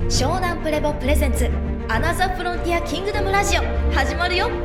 湘南プレボプレゼンツアナザーフロンティアキングダムラジオ始まるよ。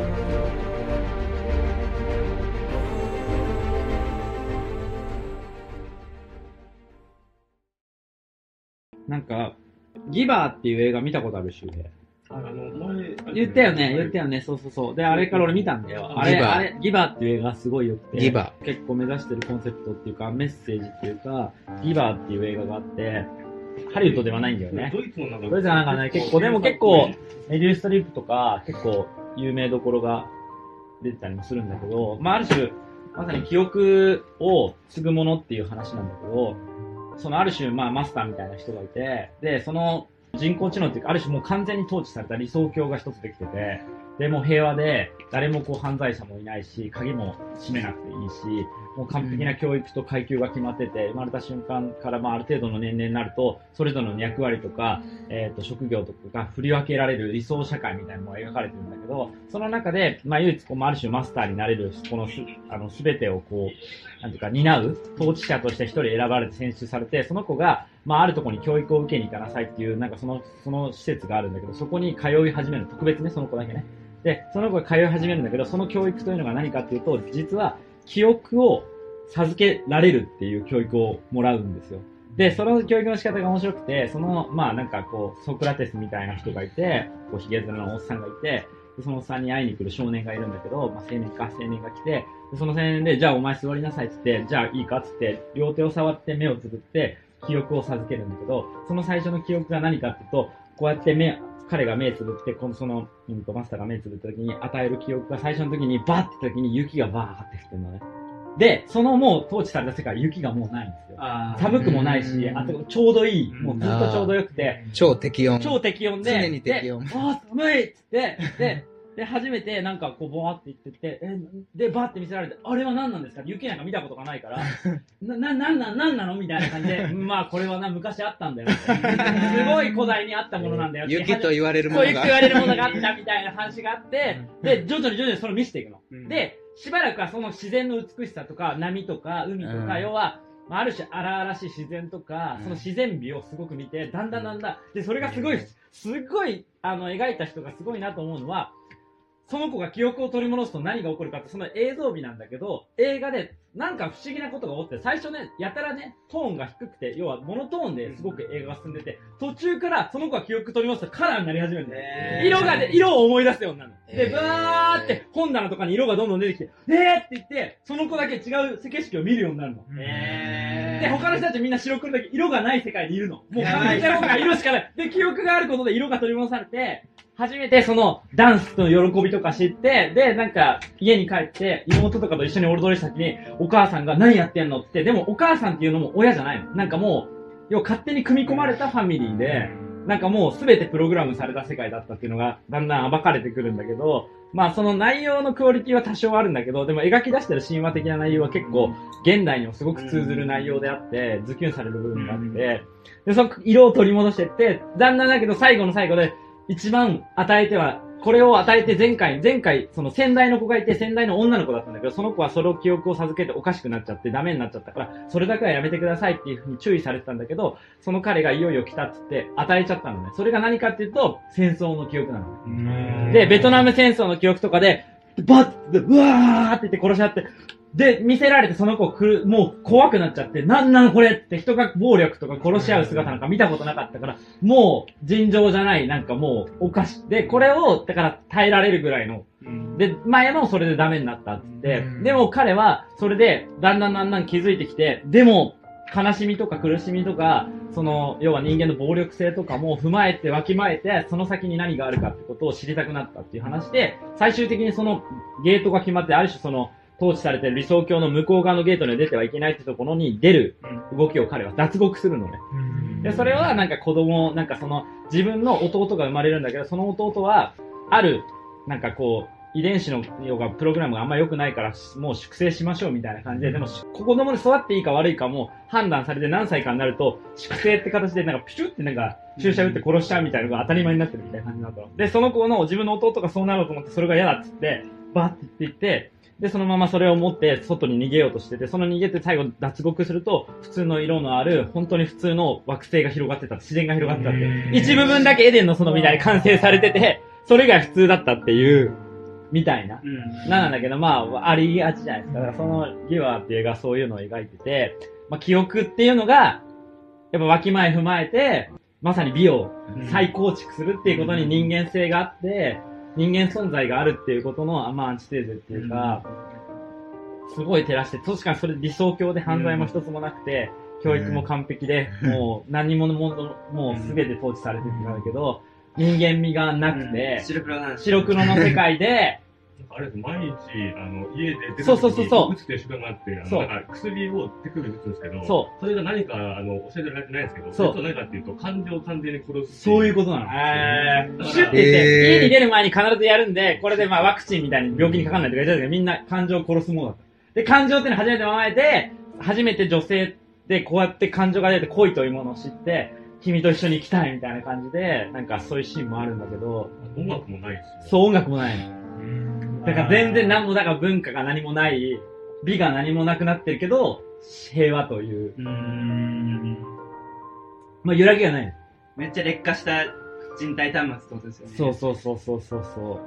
なんかギバーっていう映画見たことあるしで前言ったよね、そうで、あれから俺見たんだよ。ギバーっていう映画すごいよくて、 ギバー結構目指してるコンセプトっていうかメッセージっていうか、ギバーっていう映画があってハリウッドではないんだよね。 ドイツのなんかね、結構メリル・ストリップとか結構有名どころが出てたりもするんだけど、まあある種まさに記憶を継ぐものっていう話なんだけど、そのある種まあマスターみたいな人がいて、でその人工知能っていうかある種もう完全に統治された理想郷が一つできてて、でもう平和で誰もこう犯罪者もいないし、鍵も閉めなくていいし、もう完璧な教育と階級が決まってて、生まれた瞬間からまあある程度の年齢になるとそれぞれの役割とか、職業とかが振り分けられる理想社会みたいなのが描かれてるんだけど、その中でまあ唯一こうある種マスターになれるこの全てをこうなんていうか担う統治者として一人選ばれて選出されて、その子がまああるところに教育を受けに行かなさいっていうなんかその施設があるんだけど、そこに通い始める、特別ね、その子だけね。でその子が通い始めるんだけど、その教育というのが何かっていうと、実は記憶を授けられるっていう教育をもらうんですよ。でその教育の仕方が面白くて、まあなんかこうソクラテスみたいな人がいて、こうヒゲ面のおっさんがいて、でそのおっさんに会いに来る少年がいるんだけど、まあ青年が来て、でその青年でじゃあお前座りなさいって言って、じゃあいいかって言って両手を触って目をつぶって記憶を授けるんだけど、その最初の記憶が何かっていうと、こうやって彼が目つぶって、マスターが目つぶった時に与える記憶が最初の時にバッて時に雪がバーって降ってるのね。で、そのもう統治された世界、雪がもうないんですよ。寒くもないし、あとちょうどいい、もうずっとちょうどよくて、 超適温で、 常に適温。 寒いっつって、で、初めてなんかこうボワって言ってて、で、バーって見せられて、あれは何なんですか？雪なんか見たことがないから、なんなのみたいな感じで、まあこれは昔あったんだよ。すごい古代にあったものなんだよ。 雪と言われるものが。 雪と言われるものがあったみたいな話があって、で、徐々にそれを見せていくの。で、しばらくはその自然の美しさとか、波とか、海とか、要は、ある種荒々しい自然とか、その自然美をすごく見て、だんだん、で、それがすごい、描いた人がすごいなと思うのは、その子が記憶を取り戻すと何が起こるかって、その映像美なんだけど、映画でなんか不思議なことが起こって、最初ね、やたらね、トーンが低くて、要はモノトーンですごく映画が進んでて、途中からその子が記憶取り戻すとカラーになり始めるんだよ。色を思い出すようになるの。で、バーって本棚とかに色がどんどん出てきて、って言って、その子だけ違う景色を見るようになるの。で、他の人たちみんな白黒だけ色がない世界にいるの。もう完璧な方が色しかない。で、記憶があることで色が取り戻されて、初めてそのダンスの喜びとか知って、で、なんか家に帰って妹とかと一緒に踊りした時にお母さんが何やってんのって、でもお母さんっていうのも親じゃないの。なんかもう、要は勝手に組み込まれたファミリーで、なんかもう全てプログラムされた世界だったっていうのがだんだん暴かれてくるんだけど、まあその内容のクオリティは多少あるんだけど、でも描き出してる神話的な内容は結構現代にもすごく通ずる内容であって、ズキュンされる部分があって、で、その色を取り戻してって、だんだんだけど最後の最後で、一番これを与えて前回、その先代の子がいて、先代の女の子だったんだけど、その子はそれを記憶を授けておかしくなっちゃって、ダメになっちゃったから、それだけはやめてくださいっていうふうに注意されてたんだけど、その彼がいよいよ来たっつって与えちゃったのね。それが何かっていうと、戦争の記憶なのね。で、ベトナム戦争の記憶とかで、バッて、うわーって言って殺し合って、で、見せられてその子もう怖くなっちゃって、なんなのこれって人が暴力とか殺し合う姿なんか見たことなかったから、もう尋常じゃない、なんかもうおかしい。で、これを、だから耐えられるぐらいの。で、前もそれでダメになったって言って、でも彼はそれでだんだん気づいてきて、でも悲しみとか苦しみとか、要は人間の暴力性とかも踏まえてわきまえて、その先に何があるかってことを知りたくなったっていう話で、最終的にそのゲートが決まって、ある種統治されている理想郷の向こう側のゲートには出てはいけないってところに出る動きを彼は脱獄するのね。で、それはなんか自分の弟が生まれるんだけど、その弟は、ある、なんかこう、遺伝子のプログラムがあんま良くないから、もう粛清しましょうみたいな感じで、でも、子供で育っていいか悪いかも判断されて何歳かになると、粛清って形でなんかピシュってなんか注射打って殺しちゃうみたいなのが当たり前になってるみたいな感じになったの。で、その子の自分の弟がそうなろうと思ってそれが嫌だっつって、バーって言って、 で、そのままそれを持って外に逃げようとしてて、その逃げて最後脱獄すると、普通の色のある、本当に普通の惑星が広がってた、自然が広がってたって。一部分だけエデンの園みたいに完成されてて、それが普通だったっていう、みたいな。なんだけど、まあ、ありがちじゃないですか。だからそのギワーっていう映画はそういうのを描いてて、まあ、記憶っていうのが、やっぱわきまえ踏まえて、まさに美を再構築するっていうことに人間性があって、人間存在があるっていうことの、まあ、アンチテーゼっていうか、すごい照らして、確かにそれ理想郷で犯罪も一つもなくて、教育も完璧で、もう何ものもう全て統治されてるんだけど、人間味がなくて、白黒の世界で、 あれ毎日、家で出てそう打つっていう習慣があって、なんか薬を手首で打つんですけど、それが何か、教えてられてないんですけど、それと何かっていうと、感情を完全に殺す。 そういうことなの。シュッて言って、家に出る前に必ずやるんで、これでまあワクチンみたいに病気にかかんないとか言ってたけど、みんな感情を殺すものだった。で、感情っていうのを初めて考えて、初めて女性でこうやって感情が出て恋というものを知って、君と一緒に行きたいみたいな感じで、なんかそういうシーンもあるんだけど、 音楽もないですよ。 そう、音楽もないの。だから全然何も、だから文化が何もない、美が何もなくなってるけど、平和という。まあ揺らぎがない。 めっちゃ劣化した人体端末ってことですよね。 そう。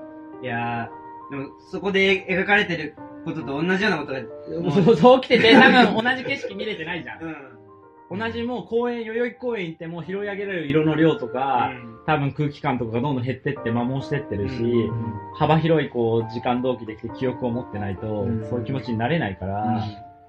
いやー、でもそこで描かれてることと同じようなことが。 そう起きてて、多分同じ景色見れてないじゃん。同じもう公園、代々木公園行っても拾い上げられる色の量とか、多分空気感とかがどんどん減ってって摩耗してってるし、幅広いこう時間同期できて記憶を持ってないと、そういう気持ちになれないから、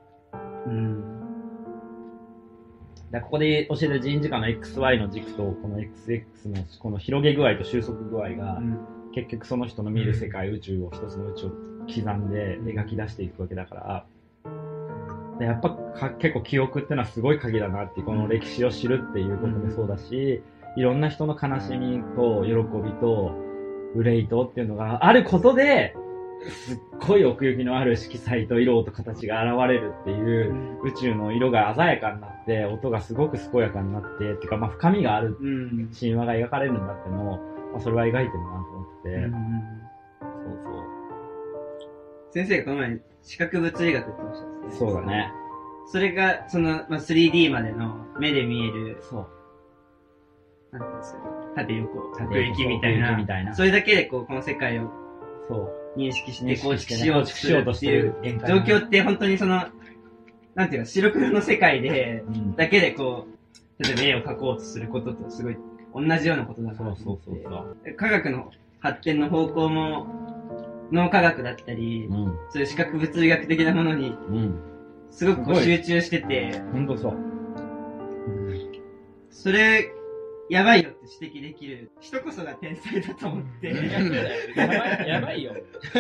だここで教えてる人時間の XY の軸とこの XX のこの広げ具合と収束具合が、結局その人の見る世界、宇宙を一つの宇宙を刻んで描き出していくわけだから、やっぱ結構記憶ってのはすごい鍵だなっていう、この歴史を知るっていうこともそうだし、いろんな人の悲しみと喜びと憂いとっていうのがあることで、すっごい奥行きのある色彩と色と形が現れるっていう、宇宙の色が鮮やかになって、音がすごく健やかになって、っていうかまあ深みがある神話が描かれるんだっても、まあ、それは描いてるなと思って、 先生がこの前に視覚物理学っておっしゃってた、ね。 そうだね。 それが、まあ、3D までの目で見える、なんていうんですか、縦横、奥行きみたいな。それだけでこの世界を認識して構築しようとしてる状況って本当になんていうか、白黒の世界で、だけで例えば絵を描こうとすることとすごい同じようなことだなと思って。科学の発展の方向も、脳科学だったり、そういう視覚物理学的なものに、すごく集中してて、 本当そう。 それ、やばいよって指摘できる人こそが天才だと思って。 やばいよ。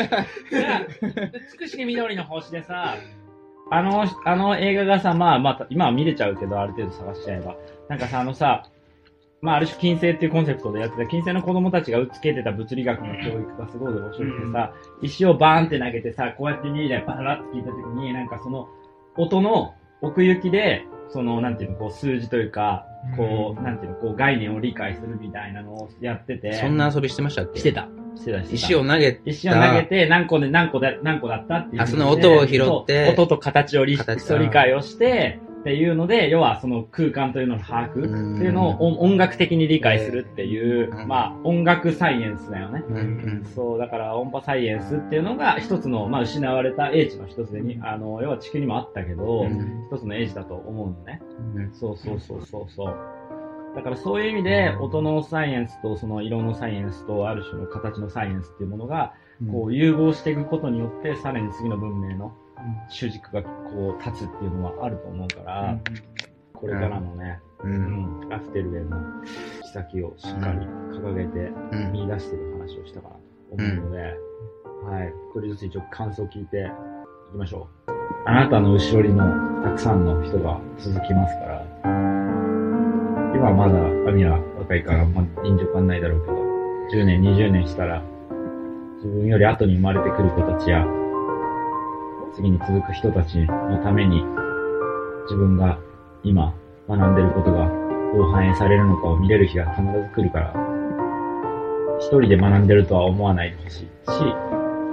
美しき緑の星でさ、あの映画がさ、まあ、今は見れちゃうけど、ある程度探しちゃえば。なんかさ、まあ、ある種金星っていうコンセプトでやってた、金星の子供たちがつけてた物理学の教育がすごい面白くてさ、石をバーンって投げてさ、こうやって耳でバラって聞いたときに、なんかその音の奥行きで、なんていうの、数字というか、なんていうの、概念を理解するみたいなのをやってて。 そんな遊びしてましたっけ？ してた。 石を投げて、何個だったっていう。 その音を拾って。 音と形を理解をして、っていうので、要はその空間というのの把握っていうのを音楽的に理解するっていう、まあ音楽サイエンスだよね。そう、だから音波サイエンスっていうのが一つの、まあ失われた英知の一つでに、要は地球にもあったけど、一つの英知だと思うのね。そう。だからそういう意味で、音のサイエンスとその色のサイエンスとある種の形のサイエンスっていうものが、こう融合していくことによって、さらに次の文明の主軸が立つっていうのはあると思うから、これからのね、ラフテルへの行き先をしっかり掲げて見出している話をしたかなと思うので、はい、一人ずつ一応感想を聞いていきましょう。あなたの後ろにもたくさんの人が続きますから、今はまだアミは若いからあんま臨場感ないだろうけど、10年、20年したら自分より後に生まれてくる子たちや次に続く人たちのために自分が今学んでることがどう反映されるのかを見れる日が必ず来るから、一人で学んでるとは思わないでほしいし、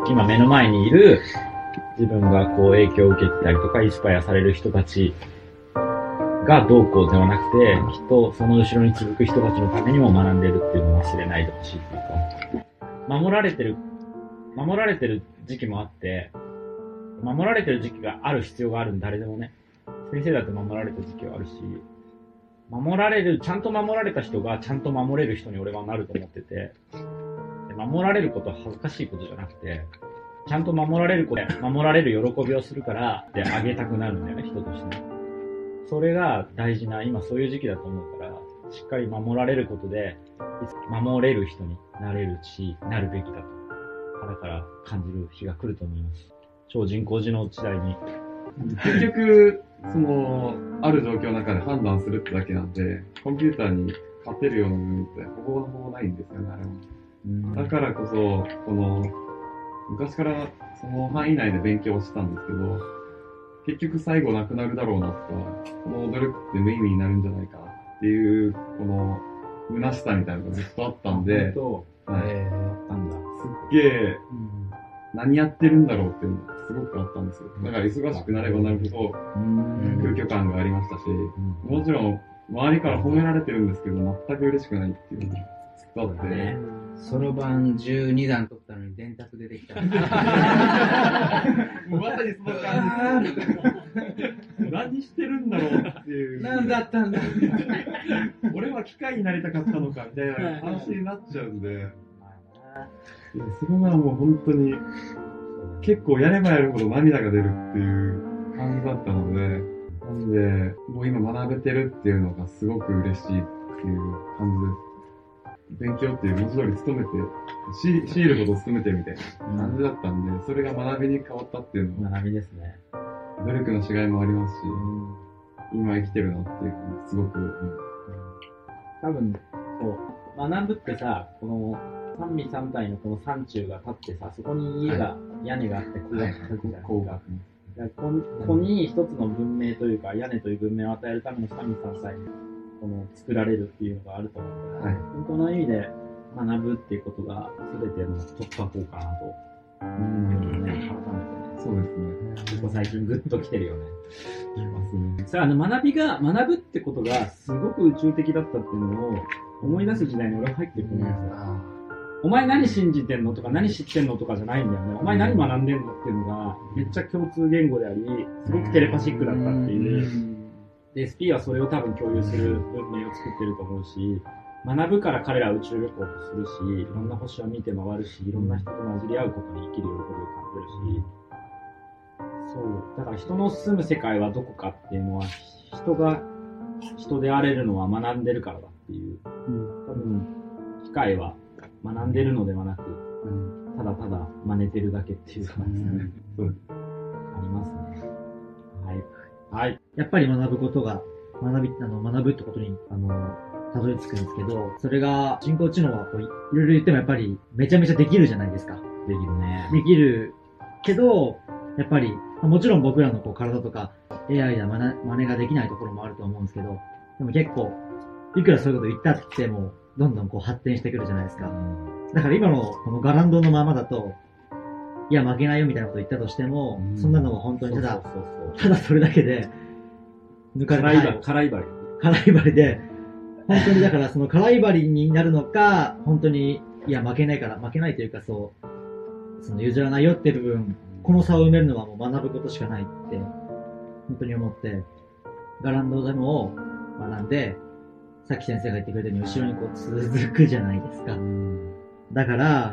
今目の前にいる自分がこう影響を受けてたりとかインスパイアされる人たちがどうこうではなくて、きっとその後ろに続く人たちのためにも学んでるっていうのを忘れないでほしいっていうか、守られてる時期もあって、守られてる時期がある必要があるん誰でもね。先生だって守られた時期はあるし、ちゃんと守られた人がちゃんと守れる人に俺はなると思ってて、守られることは恥ずかしいことじゃなくて、ちゃんと守られることで守られる喜びをするからであげたくなるんだよね、人として。それが大事な、今そういう時期だと思うから、しっかり守られることで、守れる人になれるし、なるべきだと。だから感じる日が来ると思います。超人工知能時代に。 結局、ある状況の中で判断するってだけなんで、コンピューターに勝てるような部分ってほぼないんですよね、あれは。だからこそ、昔からその範囲内で勉強したんですけど、結局最後なくなるだろうなとか、この努力って無意味になるんじゃないかなっていう、虚しさみたいなのがずっとあったんで、すっげえ、何やってるんだろうっていうのがすごくあったんですよ。だから忙しくなればなるほど空虚感がありましたし、もちろん周りから褒められてるんですけど、全く嬉しくないっていうのがずっとあって、 そろばん12段取ったのに電卓出てきた。 もうまさにその感じで何してるんだろうっていう。 何だったんだ俺は機械になりたかったのかみたいな話になっちゃうんで、そこがもう本当に結構やればやるほど涙が出るっていう感じだったので、なんでもう今学べてるっていうのがすごく嬉しいっていう感じです。勉強っていう文字通り努めて、強いることを努めてるみたいな感じだったんで、それが学びに変わったっていうのは、 学びですね。 努力のしがいもありますし、今生きてるなっていう感じ、すごく。 多分、学ぶってさ、この三位三体のこの山中が立ってさ、そこに屋根があってこうやって立つじゃないですか。ここに一つの文明というか、屋根という文明を与えるための三位三体に作られるっていうのがあると思うから、本当の意味で学ぶっていうことが全ての突破口かなと。改めてね。 そうですね。 ここ最近グッと来てるよね。さあ、学ぶってことがすごく宇宙的だったっていうのを思い出す時代に俺は入ってると思うんですよ。お前何信じてんのとか何知ってんのとかじゃないんだよね。お前何学んでんのっていうのがめっちゃ共通言語であり、すごくテレパシックだったっていう。で、SP はそれを多分共有する文明を作ってると思うし、学ぶから彼らは宇宙旅行をするし、いろんな星を見て回るし、いろんな人と混じり合うことに生きる喜びを感じるし、そう。だから人の住む世界はどこかっていうのは、人が人であれるのは学んでるからだっていう。多分、機械は学んでるのではなく、ただただ真似てるだけっていう感じですね。ありますね。はい。 やっぱり学ぶことが、学ぶってことに、たどり着くんですけど、それが人工知能はこういろいろ言ってもやっぱりめちゃめちゃできるじゃないですか。 できるね。 できるけど、やっぱり、もちろん僕らの体とか AI では真似ができないところもあると思うんですけど、でも結構、いくらそういうこと言ったっても、どんどん発展してくるじゃないですか。だから今のこのガランドのままだと、いや負けないよみたいなこと言ったとしても、そんなのは本当にただそれだけで、抜かれない。 辛い針で、本当にだからその辛い針になるのか、本当に、いや負けないというかその譲らないよって部分、この差を埋めるのはもう学ぶことしかないって、本当に思って、ガランドでも学んで、さっき先生が言ってくれたように後ろに続くじゃないですか。だから、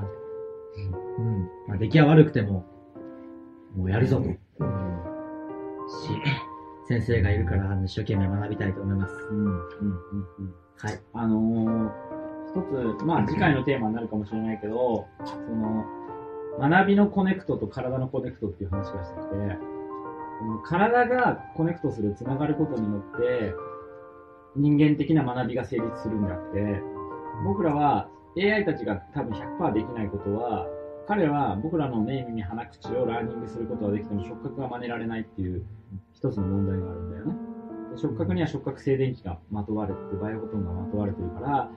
まあ、出来は悪くても、もうやるぞと。先生がいるから一生懸命学びたいと思います。はい。 一つ、まあ次回のテーマになるかもしれないけど、学びのコネクトと体のコネクトっていう話がしてきて、体がコネクトする、つながることによって、人間的な学びが成立するんであって、僕らは AI たちが多分 100% できないことは、彼は僕らの目、耳、鼻、口をラーニングすることはできても触覚が真似られないっていう一つの問題があるんだよね。で触覚には触覚静電気がまとわれてて、バイオフォトンがまとわれてるから、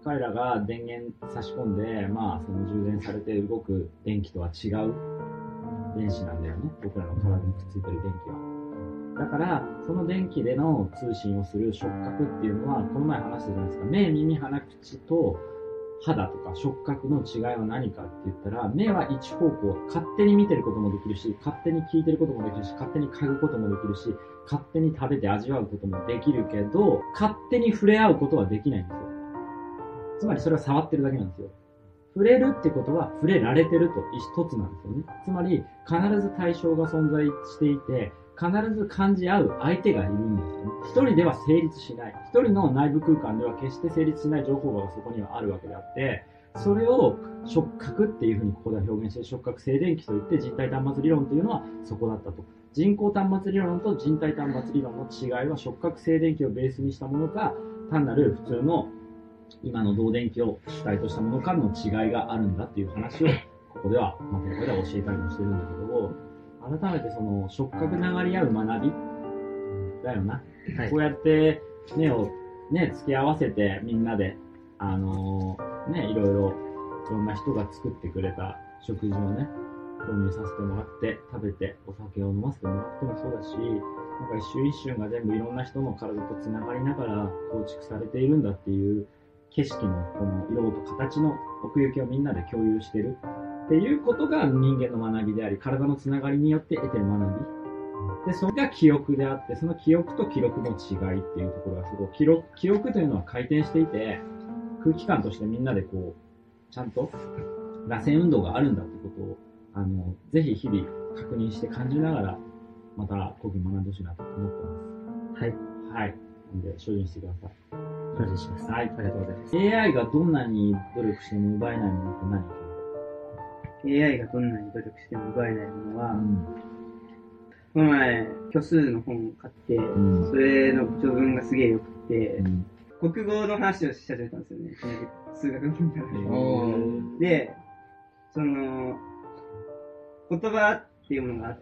彼らが電源差し込んで、まあ、その充電されて動く電気とは違う電子なんだよね。僕らの体にくっついてる電気は。だから、その電気での通信をする触覚っていうのは、この前話したじゃないですか。目、耳、鼻、口と肌とか触覚の違いは何かって言ったら、目は一方向、勝手に見てることもできるし、勝手に聞いてることもできるし、勝手に嗅ぐこともできるし、勝手に食べて味わうこともできるけど、勝手に触れ合うことはできないんですよ。つまりそれは触ってるだけなんですよ。触れるってことは触れられてると一つなんですよね。つまり必ず対象が存在していて、必ず感じ合う相手がいるんですよね。一人では成立しない。一人の内部空間では決して成立しない情報場がそこにはあるわけであって、それを触覚っていうふうにここでは表現して触覚静電気といって人体端末理論というのはそこだったと。人工端末理論と人体端末理論の違いは触覚静電気をベースにしたものか、単なる普通の今の導電気を主体としたものかの違いがあるんだっていう話をここでは、ここでは教えたりもしてるんだけど、改めてその触覚流り合う学びだよな。はい、こうやって目をね、付き合わせてみんなで、いろんな人が作ってくれた食事をね、購入させてもらって、食べてお酒を飲ませてもらってもそうだし、なんか一瞬一瞬が全部いろんな人の体と繋がりながら構築されているんだっていう景色のこの色と形の奥行きをみんなで共有してるっていうことが人間の学びであり、体のつながりによって得てる学び。で、それが記憶であって、その記憶と記録の違いっていうところがすごい、記憶というのは回転していて、空気感としてみんなでこう、ちゃんと螺旋運動があるんだってことを、ぜひ日々確認して感じながら、また講義学んでほしいなと思ってます。はい。はい。なんで、精進してください。 精進します。 はい。ありがとうございます。AI がどんなに努力しても奪えないものって何？ AI がどんなに努力しても奪えないものは、この前、虚数の本を買って、それの序文がすげえ良くて、国語の話をし始めたんですよね。数学の本で、その、言葉っていうものがあって、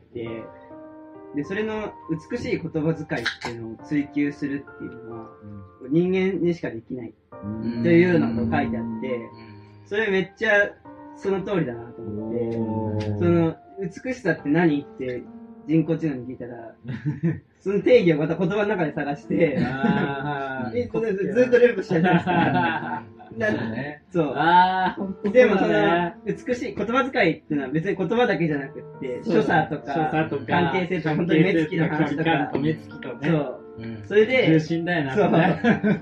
で、それの美しい言葉遣いっていうのを追求するっていうのは、人間にしかできないというのが書いてあって、それめっちゃその通りだなと思って、その美しさって何って人工知能に聞いたら、その定義をまた言葉の中で探して、ずっと連呼しちゃうじゃないですか。そう。でもその、美しい言葉遣いっていうのは別に言葉だけじゃなくって、所作とか、関係性とか、本当に目つきの話とか、 目つきとね。 そう。それで、 中心だよな。そう。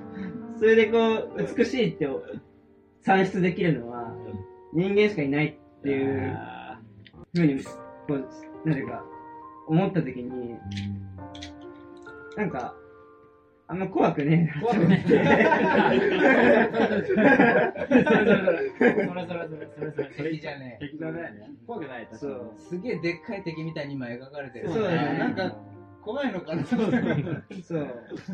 それでこう、美しいって算出できるのは、人間しかいないっていうふうに、こう、なんか、思ったときに、なんか、あんま怖くねえな。怖くねえ。 それ敵じゃねえ。 敵じゃねえ。怖くない。 そう。すげえでっかい敵みたいに今描かれてる。 そうだね。 なんか、怖いのかな。 そう。そうなんですよ。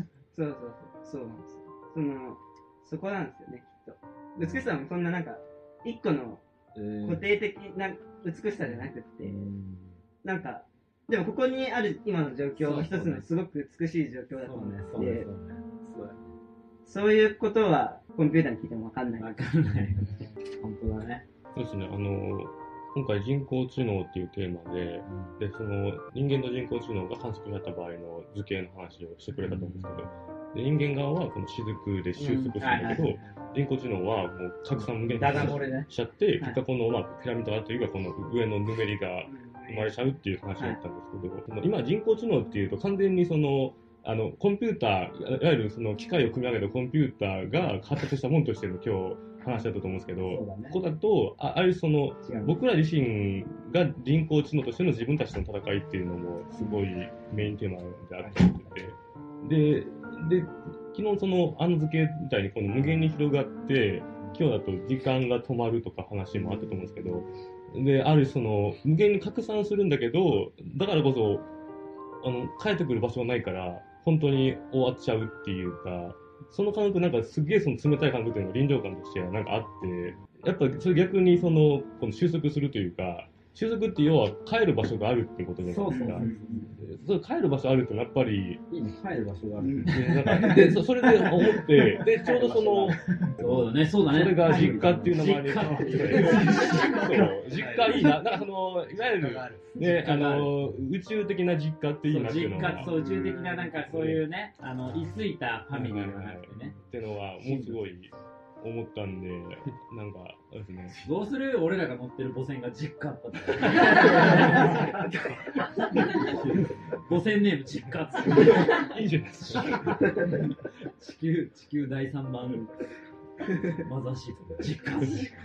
そこなんですよね、きっと。美しさもそんななんか、一個の固定的な美しさじゃなくって、なんか、でもここにある今の状況は一つのすごく美しい状況だと思って、そういうことはコンピューターに聞いてもわかんない。 わかんない。本当だね。 そうですね。今回人工知能っていうテーマで、その人間と人工知能が観測された場合の図形の話をしてくれたと思うんですけど、で人間側はこの雫で収束するんだけど、人工知能はもう拡散無限にしちゃって、結果このピラミッドアートというかこの上のぬめりが生まれちゃうっていう話だったんですけど、今人工知能っていうと完全にそのコンピューター、いわゆるその機械を組み上げたコンピューターが発達したものとしての今日話だったと思うんですけど、ここだと、あるその僕ら自身が人工知能としての自分たちの戦いっていうのもすごいメインテーマであって、で、昨日その図形みたいにこの無限に広がって、今日だと時間が止まるとか話もあったと思うんですけど、で、あるその無限に拡散するんだけど、だからこそ、帰ってくる場所がないから、本当に終わっちゃうっていうか、その感覚なんかすげえその冷たい感覚っていうのが臨場感としてはなんかあって、やっぱそれ逆にこの収束するというか、 雫って要は帰る場所があるってことじゃないですか。そう帰る場所あるってのはやっぱりいいね、帰る場所がある。 でそれで思って、でちょうどそのそうだね。 それが実家っていうのもあり、実家いいな。なんかそのいわゆるね宇宙的な実家っていいなっていうのが、 宇宙的ななんかそういうね居ついたファミリーがあってね。 ってのはもうすごい思ったんで、なんかですね。 どうする？俺らが乗ってる母船が実家あったって。母船ネーム実家っつって。 いいじゃないですか。 地球第3番マザーシート実家。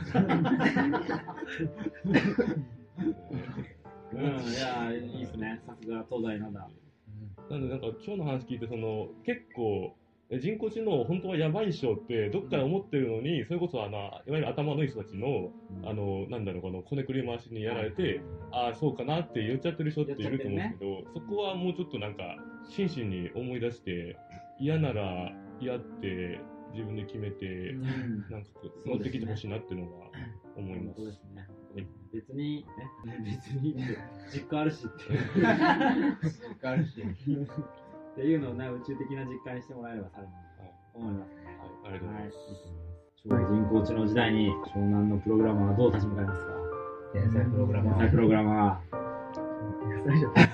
いやいいですね。さすが東大なんだ。 なんでなんか今日の話聞いて結構。人工知能本当はやばいっしょってどっかで思ってるのに、それこそいわゆる頭のいい人たちのなんだろう、このこねくり回しにやられて、ああそうかなって言っちゃってる人っていると思うんですけど、そこはもうちょっとなんか真摯に思い出して、嫌なら嫌って自分で決めて、なんか乗ってきてほしいなっていうのが思います。 そうですね。別に実家あるしって実家あるしっていうのを宇宙的な実感にしてもらえればさらに思いますね。 ありがとうございます。 将来人工知能時代に湘南のプログラマーはどう立ち向かいますか？ 天才プログラマー。 天才プログラマ天才じゃない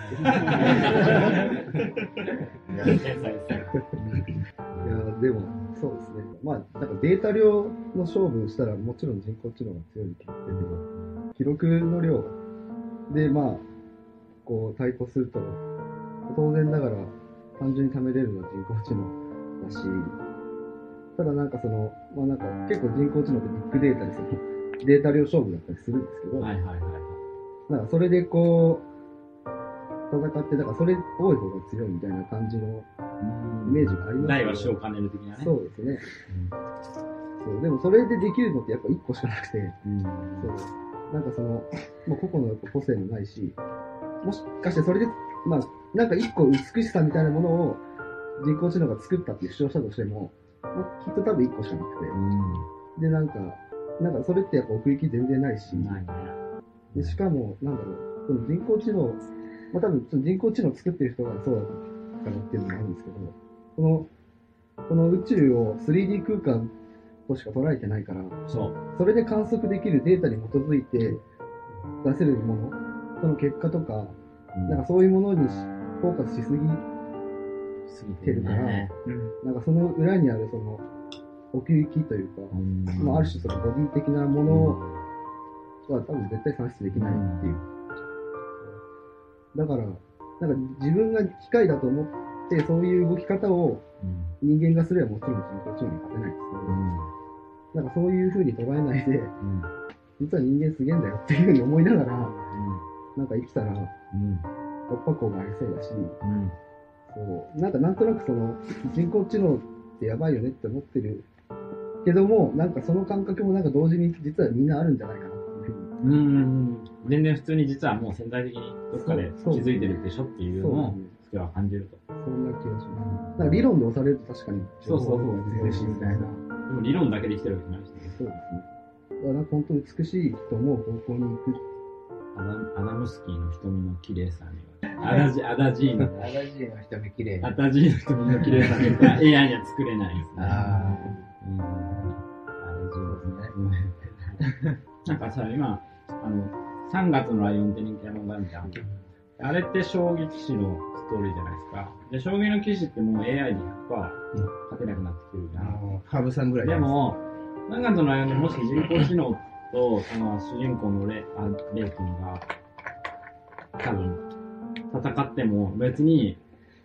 天才ですね。 いやでもそうですね。まあなんかデータ量の勝負したらもちろん人工知能が強いに決まってるけど、記録の量でまあこう対抗すると当然ながら単純に貯めれるのは人工知能だし、ただなんかまあなんか結構人工知能ってビッグデータでデータ量勝負だったりするんですけど、なんかそれでこう戦って、だからそれ多い方が強いみたいな感じのイメージがありますけど、 大は小を兼ねる的なね。 そうですね。そうでもそれでできるのってやっぱ1個しかなくて、そうなんかもう個々の個性もないし、もしかしてそれでまあなんか一個美しさみたいなものを人工知能が作ったって主張したとしても、まあ、きっと多分一個しかなくて、でなんかそれってやっぱ奥行き全然ないし、でしかもなんだろう、その人工知能、まあ多分その人工知能を作ってる人がそうだからっていうのもあるんですけど、この宇宙を 3D 空間としか捉えてないから、それで観測できるデータに基づいて出せるもの、その結果とか、なんかそういうものにフォーカスしすぎてるから、なんかその裏にあるその奥行きというか、まあある種そのボディ的なものは多分絶対算出できないっていう。だから、なんか自分が機械だと思ってそういう動き方を人間がすればもちろん人工知能に勝てないんですけど、なんかそういう風に捉えないで、実は人間すげえんだよっていう風に思いながら、なんか生きたら、突破口がありそうだし、そうなんとなくその人工知能ってやばいよねって思ってるけども、なんかその感覚もなんか同時に実はみんなあるんじゃないかなっていうふうに。 全然普通に実はもう潜在的にどっかで気づいてるでしょっていうのを次は感じると。 そんな気がします。なんか理論で押されると確かにそう強いしみたいな。でも理論だけで生きてるわけじゃないしね。 そうですね。だから本当に美しいと思う方向に行く。 アダムスキーの瞳の綺麗さには、アダジーの瞳綺麗。 アダジーの瞳の綺麗さには AI には作れないですね。 アダジーですね。なんかさ、今、3月のライオンって人気な漫画あるじゃん。あれって将棋棋士のストーリーじゃないですか。で、将棋の棋士ってもう AI で100%勝てなくなってきてるじゃん。 羽生さんぐらい。 でも、3月のライオンでもし人工知能と主人公のレイ君が多分戦っても別に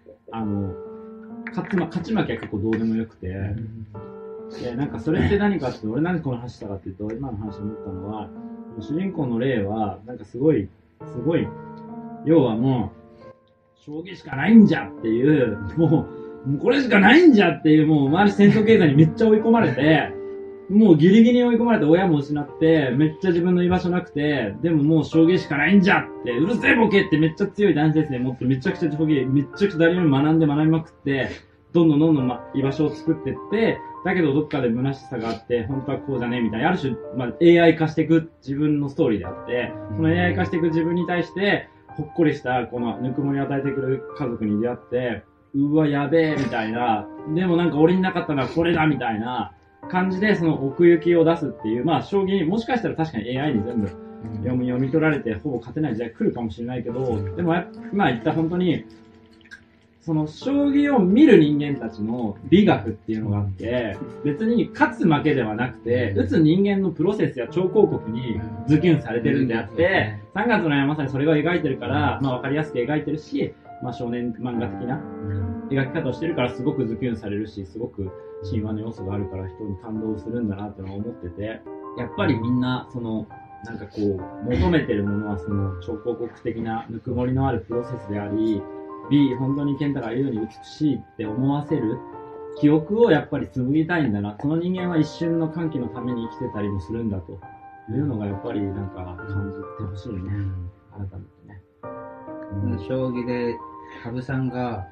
勝ち負けは結構どうでもよくて、でなんかそれって何かって俺何この話したかっていうと、今の話で思ったのは主人公のレイはなんかすごい要はもう将棋しかないんじゃっていうもうこれしかないんじゃっていう、もう周り戦争経済にめっちゃ追い込まれてもうギリギリに追い込まれて親も失ってめっちゃ自分の居場所なくて、でももう将棋しかないんじゃってうるせえボケってめっちゃ強い男性性持ってめちゃくちゃ将棋めっちゃくちゃ誰よりも学びまくってどんどん、居場所を作ってって、だけどどっかで虚しさがあって、本当はこうじゃねえみたいな、ある種、AI 化していく自分のストーリーであって、その AI 化していく自分に対して、ほっこりした、このぬくもりを与えてくれる家族に出会って、うわ、やべえ、みたいな、でもなんか俺になかったのはこれだ、みたいな感じで、その奥行きを出すっていう、将棋、もしかしたら確かに AI に全部読み取られて、ほぼ勝てない時代来るかもしれないけど、でも今言った本当に、その将棋を見る人間たちの美学っていうのがあって、別に勝つ負けではなくて、打つ人間のプロセスや超広告にズキュンされてるんであって、3月の山まさにそれを描いてるから、わかりやすく描いてるし、少年漫画的な描き方をしてるからすごくズキュンされるし、すごく神話の要素があるから人に感動するんだなってのは思ってて、やっぱりみんな、なんかこう、求めてるものはその超広告的なぬくもりのあるプロセスであり、本当に健太が言うように美しいって思わせる記憶をやっぱり紡ぎたいんだな。その人間は一瞬の歓喜のために生きてたりもするんだというのがやっぱりなんか感じてほしいね。改めてね。 将棋で羽生さんが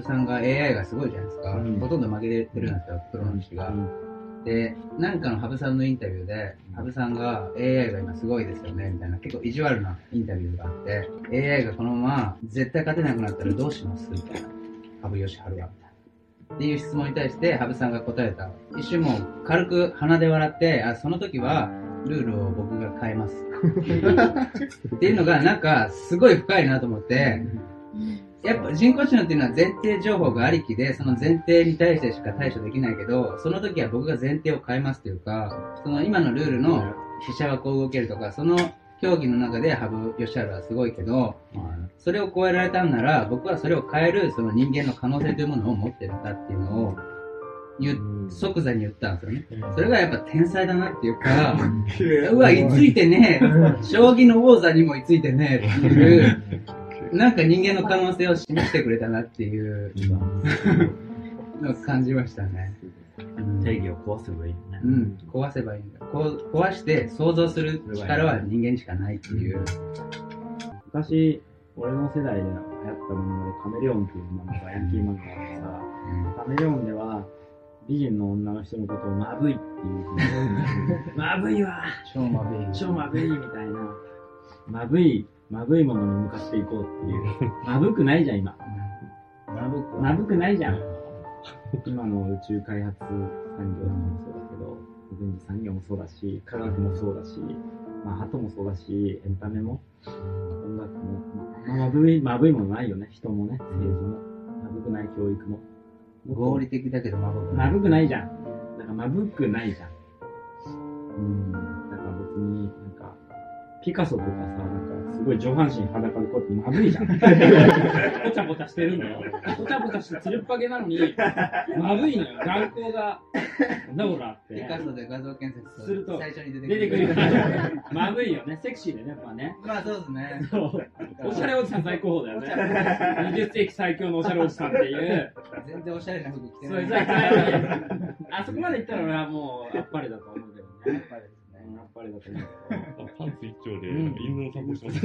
AI がすごいじゃないですか。ほとんど負けてるんですよ、プロの棋が。で、なんかの羽生さんのインタビューで、羽生さんが AI が今すごいですよね、みたいな結構意地悪なインタビューがあって、AI がこのまま絶対勝てなくなったらどうしますみたいな。羽生善治は。みたいな。っていう質問に対して羽生さんが答えた。一瞬もう軽く鼻で笑って、その時はルールを僕が変えます。っていうのがなんかすごい深いなと思って、やっぱ人工知能っていうのは前提情報がありきで、その前提に対してしか対処できないけど、その時は僕が前提を変えますというか、その今のルールの飛車はこう動けるとか、その競技の中で羽生善治はすごいけど、それを超えられたんなら、僕はそれを変えるその人間の可能性というものを持ってるんだっていうのを即座に言ったんですよね。それがやっぱ天才だなっていうか、うわ、居ついてね、将棋の王座にも居ついてねっていう、なんか人間の可能性を示してくれたなっていうのを感じましたね。 定義を壊せばいいよね。 壊せばいいんだ。壊して想像する力は人間にしかないっていう。 昔、俺の世代で流行ったものでカメレオンっていう漫画がヤンキー漫画があってさ、カメレオンでは美人の女の人のことをまぶいっていうふうにまぶいわ超まぶいみたいなまぶいものに向かっていこうっていうまぶくないじゃん今まぶくないじゃん今の宇宙開発産業もそうだけど軍事産業もそうだし科学もそうだしアートもそうだしエンタメも音楽もまぶいものないよね人もね政治もまぶくない教育も合理的だけどまぶくない。 まぶくないじゃん。だからまぶくないじゃん。だから別になんかピカソとかさ、なんかすごい上半身裸でこうやってまぶいじゃん。ポチャポチャしてるんだよ。ポチャポチャしてつるっぱげなのに、まぶいのよ。眼光が、なんだこらって。 ピカソで画像検索すると最初に出てくる。まぶいよね。セクシーでね、やっぱね。 まあそうですね。 おしゃれおじさん最高峰だよね。20世紀最強のおしゃれおじさんっていう。 全然おしゃれな服着てない。 あそこまで行ったら俺はもうあっぱれだと思うけどね。あっぱれだと思うけど。 パンツ一丁で犬の散歩してます。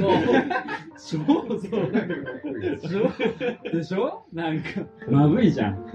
そうでしょなんかまぶいじゃん。やっ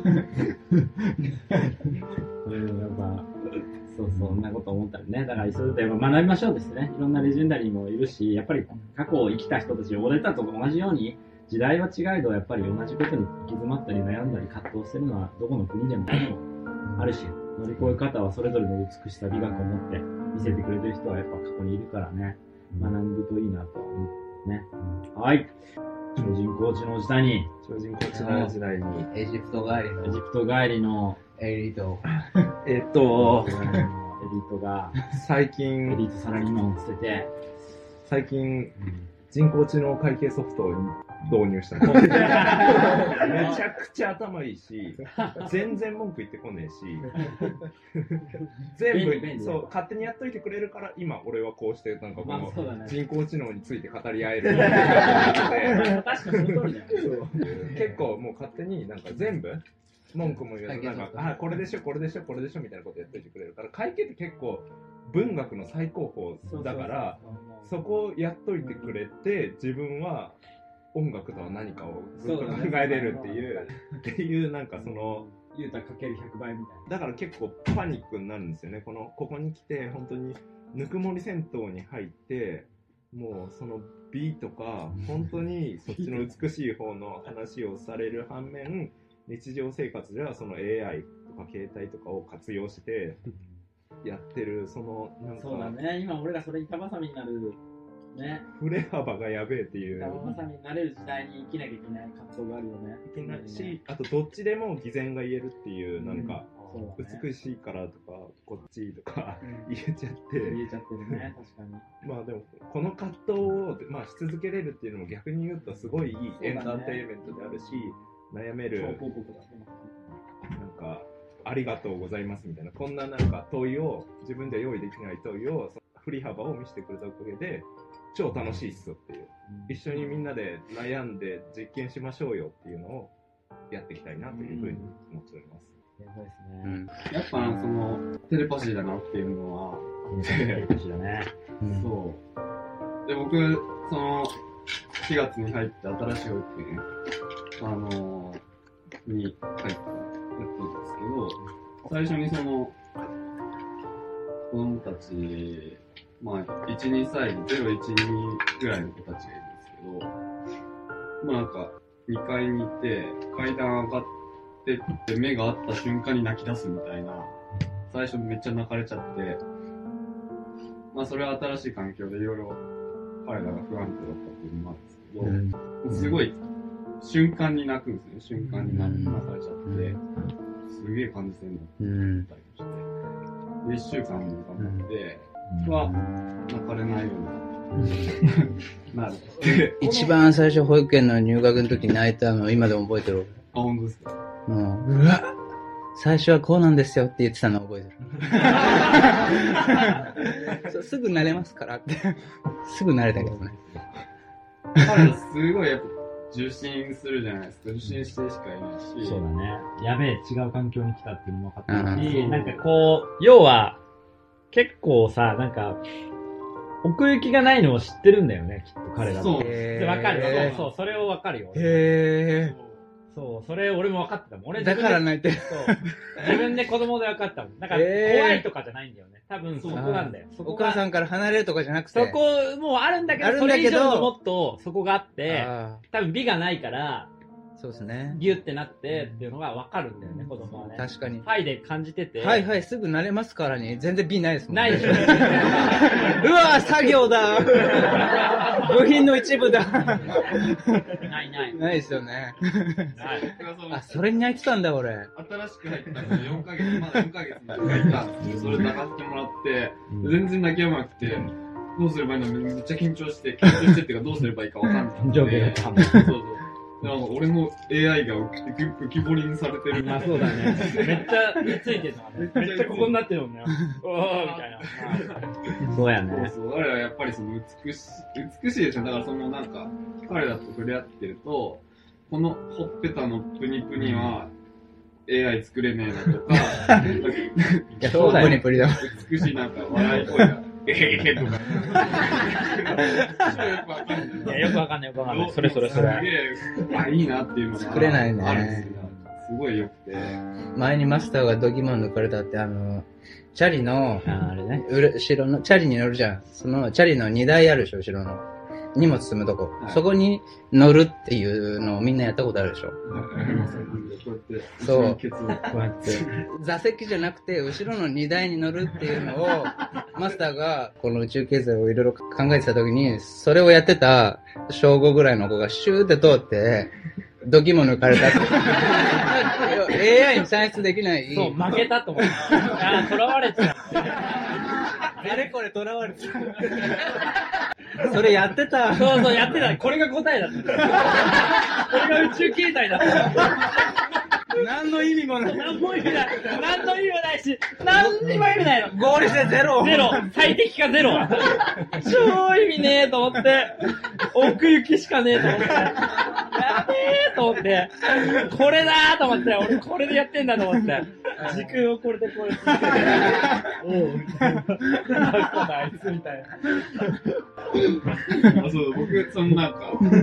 ぱそんなこと思ったりね。だからそれで学びましょうですね。いろんなレジェンダリーもいるし、やっぱり過去を生きた人たち、俺たちと同じように時代は違えどやっぱり同じことに行き詰まったり悩んだり葛藤してるのはどこの国でもあるし、乗り越え方はそれぞれの美しさ美学を持って見せてくれてる人はやっぱ過去にいるからね、学ぶといいなと思うね。はい。超人工知能時代にエジプト帰りのエリートエリートが最近エリートサラリーマンを捨てて最近人工知能会計ソフトを導入したの。めちゃくちゃ頭いいし、全然文句言ってこねえし、全部そう勝手にやっといてくれるから、今俺はこうしてなんかこの人工知能について語り合える。 確かにその通りだよ。 結構もう勝手になんか全部文句も言うとなんかこれでしょみたいなことやっといてくれるから、会計って結構文学の最高峰だから、そこをやっといてくれて、自分は音楽とは何かをずっと考えれるっていうなんかその言うたらかける100倍みたいな。 だから結構パニックになるんですよね。ここに来て本当にぬくもり銭湯に入ってもうその美とか本当にそっちの美しい方の話をされる反面日常生活ではその AI とか携帯とかを活用してやってるそのなんかそうだね。今俺らそれ板挟みになるね。 振れ幅がやべえっていう板挟みになれる時代に生きなきゃいけない葛藤があるよね。 いけないし、あとどっちでも偽善が言えるっていうなんか、美しいからとかこっちとか言えちゃってるね。 確かに。 まあでもこの葛藤を、まあ、し続けれるっていうのも逆に言うとすごいいいエンターテインメントであるし、悩めるなんかありがとうございますみたいなこんななんか問いを自分で用意できない問いをその振り幅を見せてくれたおかげで超楽しいっすよっていう、一緒にみんなで悩んで実験しましょうよっていうのをやっていきたいなというふうに思っております。 やっぱそのテレパシーだなっていうのはテレパシーだね。 そうで僕その4月に入って新しい保育園に入ったんですけど、最初にその子供たちまあ1、2歳0、1、2ぐらいの子たちがいるんですけど、まあなんか2階に行って階段上がってって目が合った瞬間に泣き出すみたいな、最初めっちゃ泣かれちゃって、まあそれは新しい環境でいろいろ彼らが不安定だったっていうのもあるんですけど、すごい瞬間に泣くんですね。瞬間に泣かれちゃって、すげえ感じてんだったりして、で1週間頑張っては泣かれないようになる。 一番最初保育園の入学の時に泣いたの今でも覚えてる。 あ、本当ですか？ うわ最初はこうなんですよって言ってたのを覚えてる。すぐ慣れますからって。すぐ慣れたけどね。 彼らすごいやっぱ受信するじゃないですか。受信してしかいないし。 そうだね。やべえ、違う環境に来たっていうのも分かったし、なんかこう、要は、結構さ、なんか、奥行きがないのを知ってるんだよね、きっと彼らって。そう。わかる。そう、それをわかるよ。 へー。 そう、それ俺も分かってたもん。俺だから泣いてる。 そう。自分で子供で分かったもん。だから怖いとかじゃないんだよね。多分そこなんだよ。 お母さんから離れるとかじゃなくて。 そこもうあるんだけど、それ以上のもっとそこがあって、多分美がないから、 そうですね。 ギュってなってっていうのが分かるんだよね、子供はね。 確かに。 はいで感じてて。 はいはい、すぐ慣れますからに、全然美ないですもんね。 ないでしょ。 うわぁ、作業だ部品の一部だないない。 ないですよね。 ない。 あ、それに泣いてたんだ、俺。 新しく入ったの4ヶ月、まだ4ヶ月に入ったんですけど、それ泣かせてもらって、全然泣き止まなくて、どうすればいいの？めっちゃ緊張してっていうか、どうすればいいかわかんない。 状況がわかんない。そうそう。 俺の AI が浮き彫りにされてる。 まあそうだね。めっちゃついてるのがね。めっちゃここになってるもんね。おーみたいな。そうやね。 そう、彼らはやっぱりその美しいですよ。だからそのなんか、彼らと触れ合ってると、このほっぺたのプニプニは AI 作れねえなとか、 いや、そうだよね、プリだ。 美しいなんか笑い声が。とか。 いや、よくわかんない、よくわかんない。それ。 すげえ、あ、いいなっていうのが作れないね。 あるんですよ。すごい良くて。 前にマスターが度肝抜かれたって、チャリの、あれね、後ろの、チャリに乗るじゃん。その、チャリの荷台あるでしょ、後ろの。荷物積むとこ。はい、そこに乗るっていうのをみんなやったことあるでしょ。そう。こうやって。座席じゃなくて、後ろの荷台に乗るっていうのを、マスターがこの宇宙経済をいろいろ考えてた時に、それをやってた小5ぐらいの子がシューって通って、度肝抜かれたって。AI に算出できない。 そう、負けたと思った。あ、囚われちゃって。 あれこれ囚われちゃう。それやってた。 そうそう、やってた。これが答えだった。これが宇宙経済だった。 何の意味もない。 何も意味ない。何の意味もないし、何にも意味ないの。 合理性ゼロ。 ゼロ。最適化ゼロ。超意味ねえと思って。奥行きしかねえと思って。やべえと思って。これだーと思って。俺これでやってんだと思って。時空をこれでこうやって。おう、みたいな。あいつみたいな。 そう、僕、そのなんか、5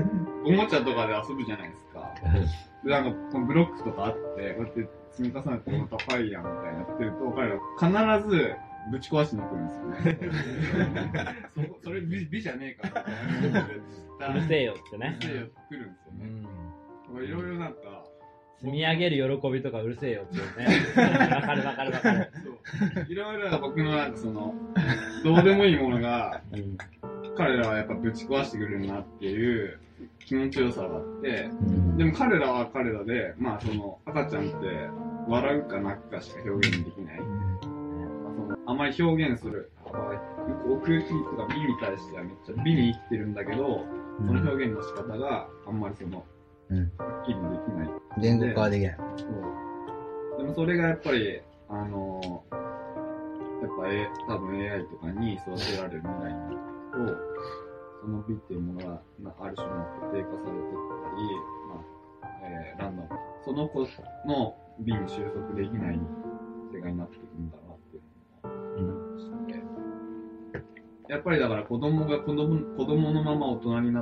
おもちゃとかで遊ぶじゃないですか。で、なんか、このブロックとかあって、こうやって積み重ねてまた高いやんみたいなやってると、彼ら必ずぶち壊しに来るんですよね。それ美じゃねえからみたいな。 うるせえよってね。 うるせえよって来るんですよね。いろいろなんか、 積み上げる喜びとかうるせえよっていうね。わかる。 そう。いろいろ僕のなんかどうでもいいものが、彼らはやっぱぶち壊してくれるなっていう気持ちよさがあって、でも彼らは彼らで、まあ赤ちゃんって笑うか泣くかしか表現できない。あまり表現する、奥行きとか美に対してはめっちゃ美に生きてるんだけど、その表現の仕方があんまりはっきりできない。 言語化はできない。 でもそれがやっぱり、多分 AI とかに育てられる未来にと、その美っていうものがある種の固定化されていったり、ランダム。その子の美に収束できない世界になっていくんだなっていうのを思いまして、やっぱりだから子供が子供のまま大人になって、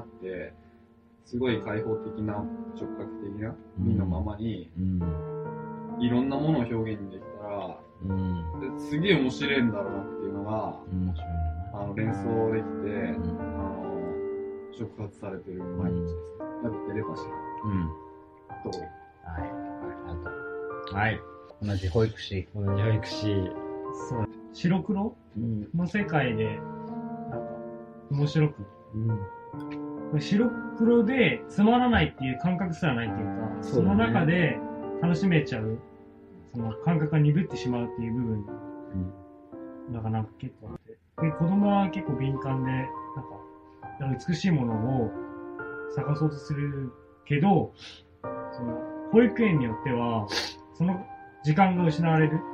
すごい開放的な直角的な美のままに、いろんなものを表現できたら、すげえ面白いんだろうなっていうのが、連想できて、触発されてる毎日です。やっぱテレパシー。と。 はい。 同じ保育士。 そう。 白黒の世界で、なんか、面白く。白黒でつまらないっていう感覚すらないっていうか、その中で楽しめちゃう、その感覚が鈍ってしまうっていう部分がなんか結構あって。で、子供は結構敏感で、なんか美しいものを探そうとするけど、その保育園によっては、その時間が失われる、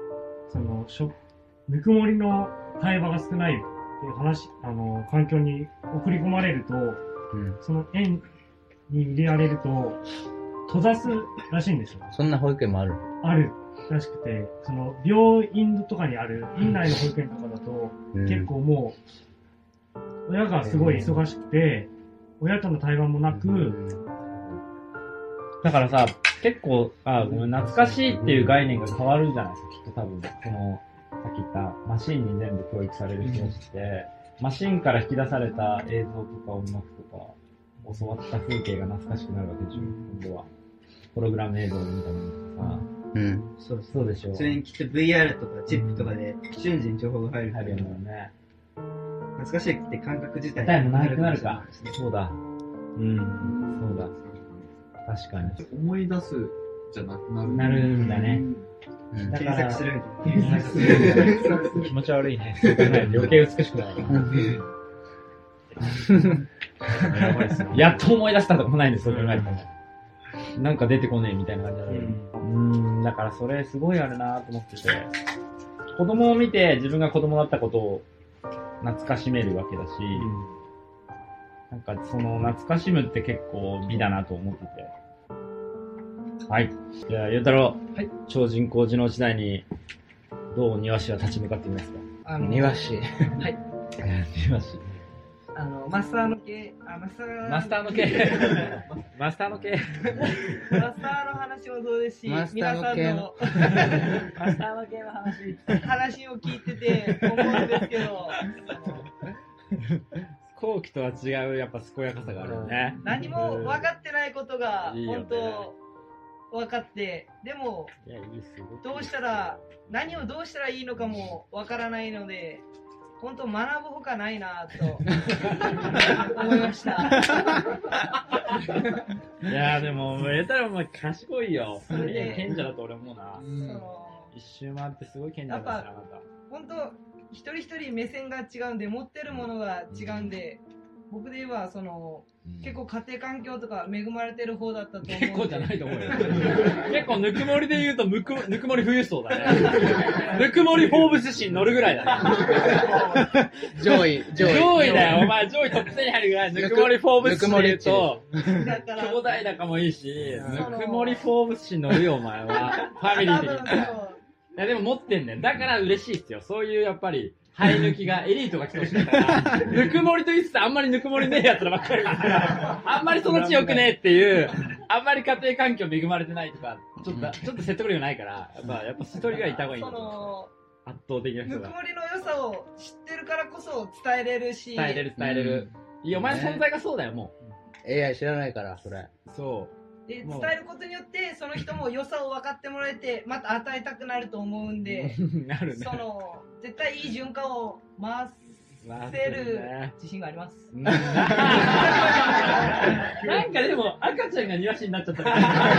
ぬくもりの対話が少ないっていう環境に送り込まれると、その園に入れられると、閉ざすらしいんですよ。 そんな保育園もあるらしくて、病院とかにある、院内の保育園とかだと、結構もう、親がすごい忙しくて、親との対話もなく、 だからさ、結構、懐かしいっていう概念が変わるじゃないですか、きっと多分。さっき言ったマシンに全部教育される人たちって、マシンから引き出された映像とか音楽とか、教わった風景が懐かしくなるわけでしょ、今度は。プログラム映像で見たものとかさ。そうでしょ。 それにきっと VR とかチップとかで瞬時に情報が入るよね。 懐かしいって感覚自体答えもなくなるか。そうだ。そうだ。確かに。 思い出すじゃなくなるんだね。 だから検索する。 気持ち悪いね。そう考えると余計美しくなる。やばいっすね。やっと思い出したとかもないんです、そう考えると。なんか出てこねえみたいな感じだね。だからそれすごいあるなと思ってて、子供を見て自分が子供だったことを懐かしめるわけだし、なんか懐かしむって結構美だなと思ってて。はい。じゃあ、ゆうたろう。はい。超人工知能時代に、どう庭師は立ち向かっていますか？ 庭師。 はい。 庭師。 マスターの系、 マスターの系マスターの系マスターの話もそうですし、皆さんのマスターの系の話を聞いてて思うんですけど、 後期とは違うやっぱ健やかさがあるよね。 何も分かってないことが本当分かって、でも何をどうしたらいいのかも分からないので、本当学ぶほかないなと思いました。 いやでも言ったらお前賢いよ。賢者だと俺思うな。一周回ってすごい賢者だったな。 本当一人一人目線が違うんで、持ってるものが違うんで、僕で言えば結構家庭環境とか恵まれてる方だったと思う。 結構じゃないと思うよ。結構ぬくもりで言うとぬくもり冬層だね。ぬくもりフォーブス誌に乗るぐらいだね。 上位だよ。お前上位トップ10に入るぐらいぬくもりフォーブス誌で言うと兄弟高もいいし、ぬくもりフォーブス誌に乗るよお前は。ファミリー的に。いやでも持ってんねん。だから嬉しいっすよ。そういうやっぱり生え抜きがエリートが来てほしかったから、ぬくもりと言いつつあんまりぬくもりねえやつらばっかりだから、あんまりその地良くねえっていう、あんまり家庭環境恵まれてないとか、ちょっと説得力ないから、やっぱ一人がいた方がいいんだと思う。圧倒的な人が。 ぬくもりの良さを知ってるからこそ伝えれるし。 伝えれる。いや、お前の存在がそうだよ、もう。AI 知らないから、それ。 そう。 で伝えることによってその人も良さを分かってもらえてまた与えたくなると思うんでなるね、 その絶対いい循環を回せる自信があります。 なんかでも赤ちゃんが庭師になっちゃった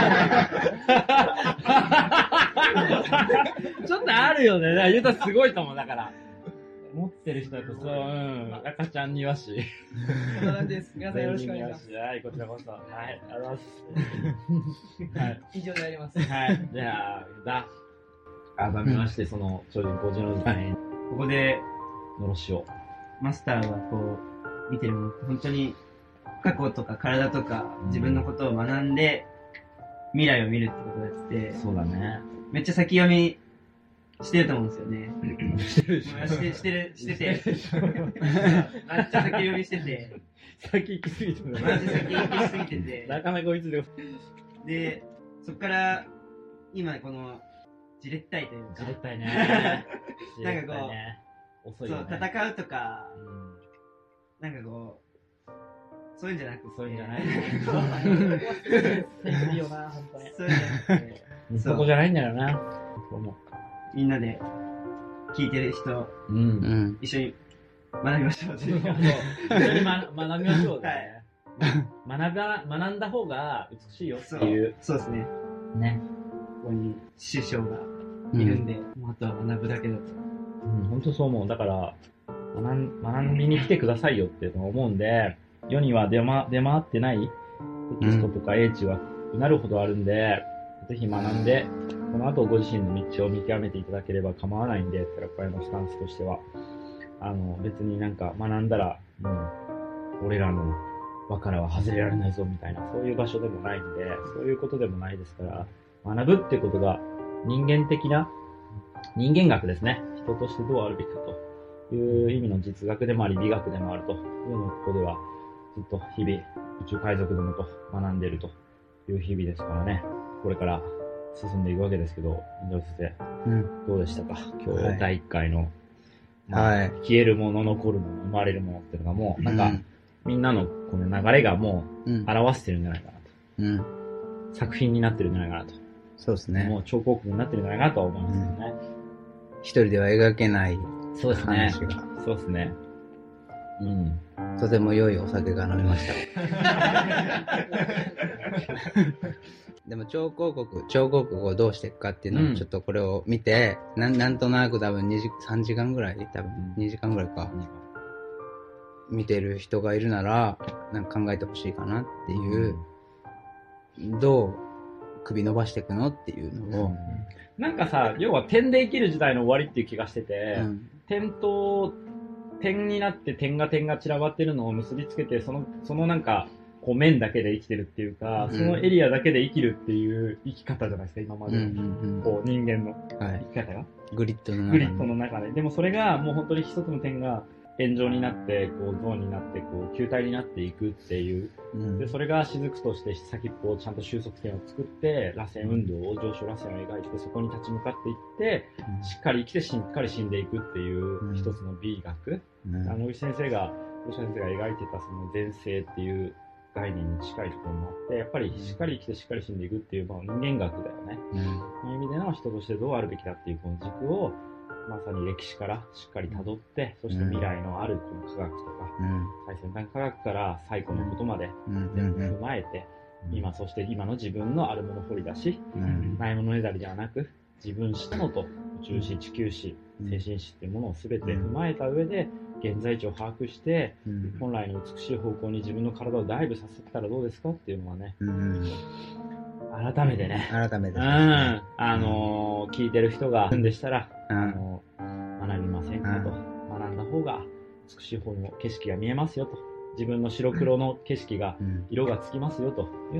ちょっとあるよね。ゆうたすごいと思う。だから持ってる人だとそう、赤ちゃん庭師。 そんな感じです。皆さんよろしくお願いします。 はい、こちらこそ。はい、ありがとうございます。 はい、以上であります。 はい、じゃあ、改めまして、その、超人工知能時代に、 ここで、 のろしを。 マスターがこう、見てるもの、本当に、過去とか体とか、自分のことを学んで、未来を見るってことやってて、 そうだね。 めっちゃ先読み、してると思うんですよね。してて。めっちゃ先読みしてて。 先行きすぎてる。 マジ先行きすぎてて。 なかなか追いついてで、そっから、今この、じれったいというか。 じれったいね。 なんかこう、 遅いよね。 そう、戦うとか、なんかこう、そういうんじゃなくて。 そういうんじゃない。 いいよな、本当に。そういうんじゃなくて。 そこじゃないんだよな。 みんなで聞いてる人、一緒に学びましょう。 一緒に学びましょうね。学んだ方が美しいよっていう。 そうですね。 ね。 ここに師匠がいるんで、あとは学ぶだけだと。 本当そう思う。だから、学びに来てくださいよっていうのを思うんで、世には出回ってないテキストとか英知はうなるほどあるんで、ぜひ学んで、この後ご自身の道を見極めていただければ構わないんで、寺子屋のスタンスとしては。別になんか学んだら、俺らの輪からは外れられないぞみたいな、そういう場所でもないんで、そういうことでもないですから、学ぶってことが人間的な、人間学ですね。人としてどうあるべきかという意味の実学でもあり、美学でもあるというのをここではずっと日々、宇宙海賊どもと学んでいるという日々ですからね。これから進んでいくわけですけど、井上先生、どうでしたか今日第1回の、消えるもの、残るもの、生まれるものっていうのがもう、なんか、みんなのこの流れがもう表してるんじゃないかなと。作品になってるんじゃないかなと。 そうですね。 もう彫刻になってるんじゃないかなとは思いますけどね。 一人では描けない話が。 そうですね。 とても良いお酒が飲みました。でも彫刻をどうしていくかっていうのをちょっとこれを見て、なんとなく多分3時間ぐらい多分2時間ぐらいか。見てる人がいるなら、なんか考えてほしいかなっていう、どう首伸ばしていくのっていうのを。 なんかさ、要は点で生きる時代の終わりっていう気がしてて、点になって点が散らばってるのを結びつけて、そのなんか、こう面だけで生きてるっていうか、そのエリアだけで生きるっていう生き方じゃないですか、今まで。こう人間の生き方が。 グリッドの中で。でもそれがもう本当に一つの点が円状になって、こうゾーンになって、こう球体になっていくっていう。で、それが雫として先っぽをちゃんと収束点を作って、螺旋運動を、上昇螺旋を描いて、そこに立ち向かっていって、しっかり生きてしっかり死んでいくっていう一つの美学。野口先生が描いてたその前世っていう概念に近いところもあって、やっぱりしっかり生きてしっかり死んでいくっていう、人間学だよね。そういう意味での人としてどうあるべきだっていうこの軸を、まさに歴史からしっかり辿って、そして未来のあるこの科学とか、最先端科学から最古のことまで全部踏まえて、そして今の自分のあるもの掘り出し、ないものねだりではなく、自分史のと宇宙史、地球史、精神史っていうものを全て踏まえた上で、現在地を把握して、本来の美しい方向に自分の体をダイブさせたらどうですかっていうのはね、改めてね。聞いてる人がいるんでしたら、学びませんかと。学んだ方が美しい方の景色が見えますよと。自分の白黒の景色が、色がつきますよというのは、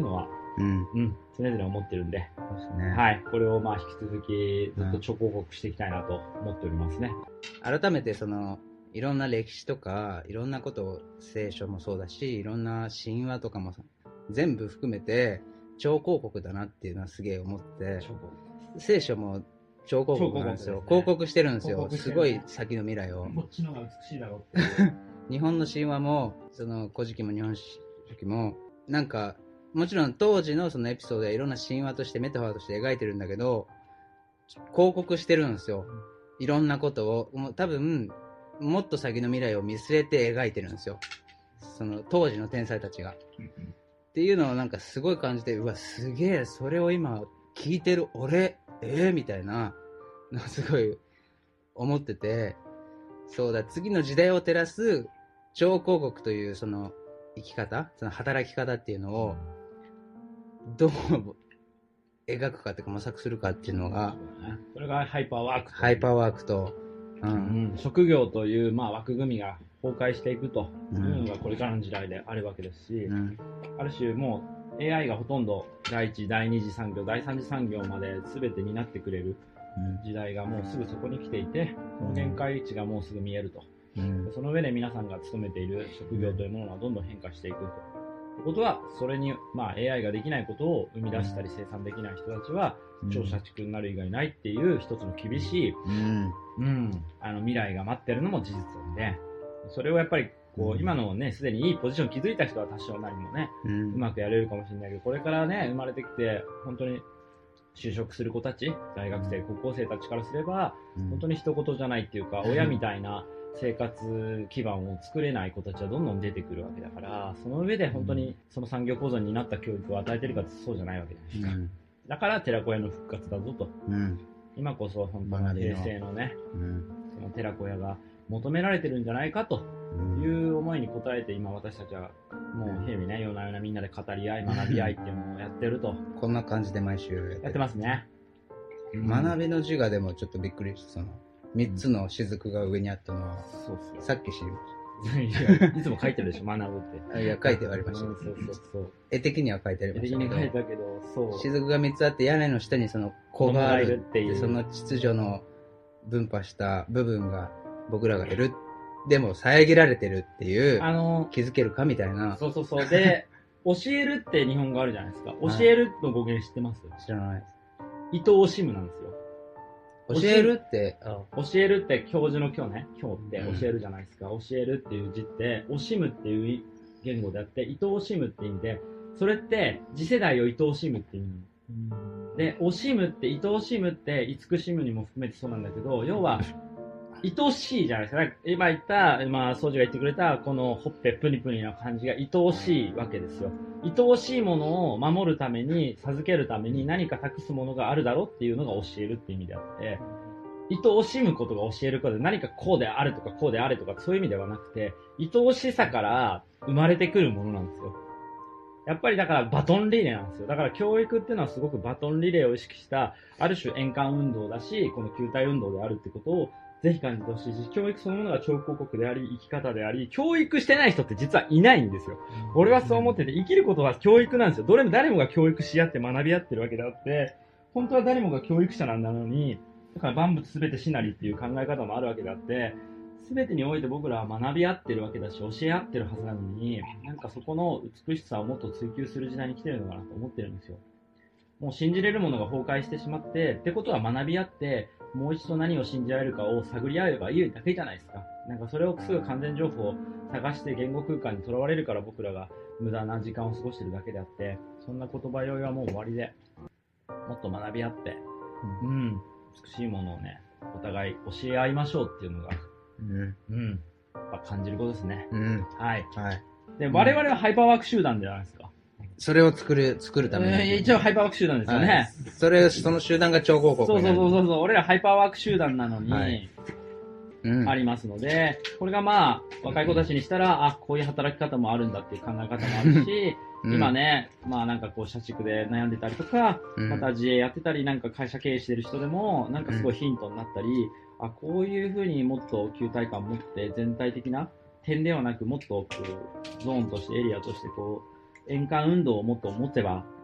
常々思ってるんで、 そうですね。 はい。これをまあ引き続きずっと超報告していきたいなと思っておりますね。 改めていろんな歴史とか、いろんなことを聖書もそうだし、いろんな神話とかも全部含めて超広告だなっていうのはすげえ思って、聖書も超広告なんですよ。広告してるんですよ。すごい先の未来を。 こっちの方が美しいだろうって。 日本の神話も、古事記も日本書紀も、なんか、もちろん当時のそのエピソードやいろんな神話としてメタファーとして描いてるんだけど、広告してるんですよ。いろんなことを、多分、もっと先の未来を見据えて描いてるんですよ。その当時の天才たちが。っていうのをなんかすごい感じて、うわ、すげえ、それを今聞いてる俺、みたいなのをすごい思ってて、そうだ、次の時代を照らす超広告というその生き方、その働き方っていうのをどう描くかっていうか模索するかっていうのが、 それがハイパーワーク。 ハイパーワークと、 職業という、まあ、枠組みが崩壊していくというのがこれからの時代であるわけですし、ある種もう AI がほとんど第一、第二次産業、第三次産業まで全て担ってくれる時代がもうすぐそこに来ていて、その限界値がもうすぐ見えると。その上で皆さんが勤めている職業というものはどんどん変化していくと。ということは、それに、まあ、AI ができないことを生み出したり生産できない人たちは、超社畜になる以外ないっていう一つの厳しい、未来が待ってるのも事実なんで、それをやっぱり、こう、今のね、すでにいいポジション築いた人は多少なりもね、うまくやれるかもしれないけど、これからね、生まれてきて、本当に就職する子たち、大学生、高校生たちからすれば、本当に一言じゃないっていうか、親みたいな生活基盤を作れない子たちはどんどん出てくるわけだから、その上で本当にその産業構造になった教育を与えてるかってそうじゃないわけじゃないですか。だから寺子屋の復活だぞと。今こそ本当の平成のね、その寺子屋が求められてるんじゃないかという思いに応えて、今私たちはもう日々ね、夜な夜なみんなで語り合い、学び合いっていうのをやってると。 こんな感じで毎週やってますね。 学びの字がでもちょっとびっくりした。3つの雫が上にあったのは、さっき知りました。いつも書いてるでしょ、学ぶって。 いや、書いてありました。絵的には書いてありました。 絵的に書いたけど、そう。 雫が3つあって、屋根の下にその子があるっていう、その秩序の分派した部分が僕らがいる。でも遮られてるっていう、気づけるかみたいな。 そう。で、教えるって日本語あるじゃないですか。教えるの語源知ってます？ 知らない。 愛おしむなんですよ。 教えるって、 教えるって教授の今日ね、今日って教えるじゃないですか。教えるっていう字って、惜しむっていう言語であって、愛おしむって意味で、それって次世代を愛おしむって意味。で、惜しむって、愛おしむって、慈しむにも含めてそうなんだけど、要は、愛しいじゃないですか。今言った、まあ、掃除が言ってくれた、このほっぺプニプニな感じが愛おしいわけですよ。愛おしいものを守るために、授けるために何か託すものがあるだろうっていうのが教えるって意味であって、愛おしむことが教えることで何かこうであるとかこうであれとかそういう意味ではなくて、愛おしさから生まれてくるものなんですよ。やっぱりだからバトンリレーなんですよ。だから教育っていうのはすごくバトンリレーを意識した、ある種円環運動だし、この球体運動であるってことをぜひ感じてほしいし、教育そのものが超広告であり、生き方であり、教育してない人って実はいないんですよ。俺はそう思ってて、生きることは教育なんですよ。誰もが教育し合って学び合ってるわけであって、本当は誰もが教育者なんだのに、だから万物すべてしなりっていう考え方もあるわけであって、すべてにおいて僕らは学び合ってるわけだし、教え合ってるはずなのに、なんかそこの美しさをもっと追求する時代に来てるのかなと思ってるんですよ。もう信じれるものが崩壊してしまって、ってことは学び合って、もう一度何を信じられるかを探り合えばいいだけじゃないですか。なんかそれをすぐ完全情報を探して言語空間にとらわれるから僕らが無駄な時間を過ごしてるだけであって、そんな言葉酔いはもう終わりで、もっと学び合って、美しいものをね、お互い教え合いましょうっていうのが、やっぱ感じることですね。はい。で、我々はハイパーワーク集団じゃないですか。 それを作るために。 一応ハイパーワーク集団ですよね。 その集団が超広告。 そう。俺らハイパーワーク集団なのに、ありますので、これがまあ、若い子たちにしたら、こういう働き方もあるんだっていう考え方もあるし、今ね、まあなんかこう社畜で悩んでたりとか、また自営やってたり、なんか会社経営してる人でも、なんかすごいヒントになったり、こういう風にもっと球体感を持って全体的な点ではなく、もっとこうゾーンとしてエリアとしてこう、円環運動をもっと持てば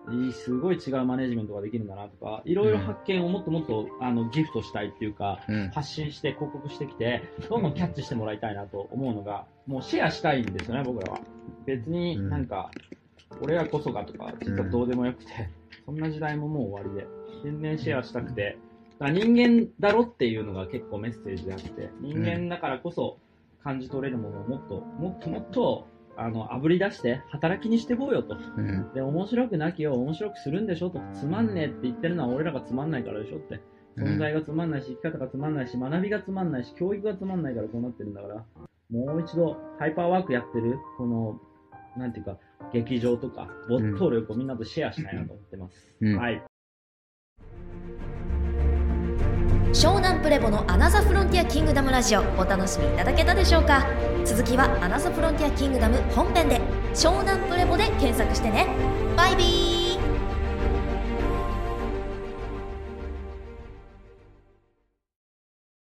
すごい違うマネジメントができるんだなとか、いろいろ発見をもっともっとギフトしたいっていうか、発信して広告してきて、どんどんキャッチしてもらいたいなと思うのが、もうシェアしたいんですよね、僕らは。別になんか、俺らこそがとか、実はどうでもよくて、そんな時代ももう終わりで、全然シェアしたくて、だから人間だろっていうのが結構メッセージであって、人間だからこそ感じ取れるものをもっとあぶり出して働きにしていこうよと、で面白くなきを面白くするんでしょと、つまんねえって言ってるのは俺らがつまんないからでしょって、存在がつまんないし、生き方がつまんないし、学びがつまんないし、教育がつまんないからこうなってるんだから、もう一度ハイパーワークやってるこのなんていうか劇場とか没頭力をみんなとシェアしたいなと思ってます、はい。 湘南プレボのアナザフロンティアキングダムラジオ、お楽しみいただけたでしょうか。続きはアナザフロンティアキングダム本編で湘南プレボで検索してね。バイビー。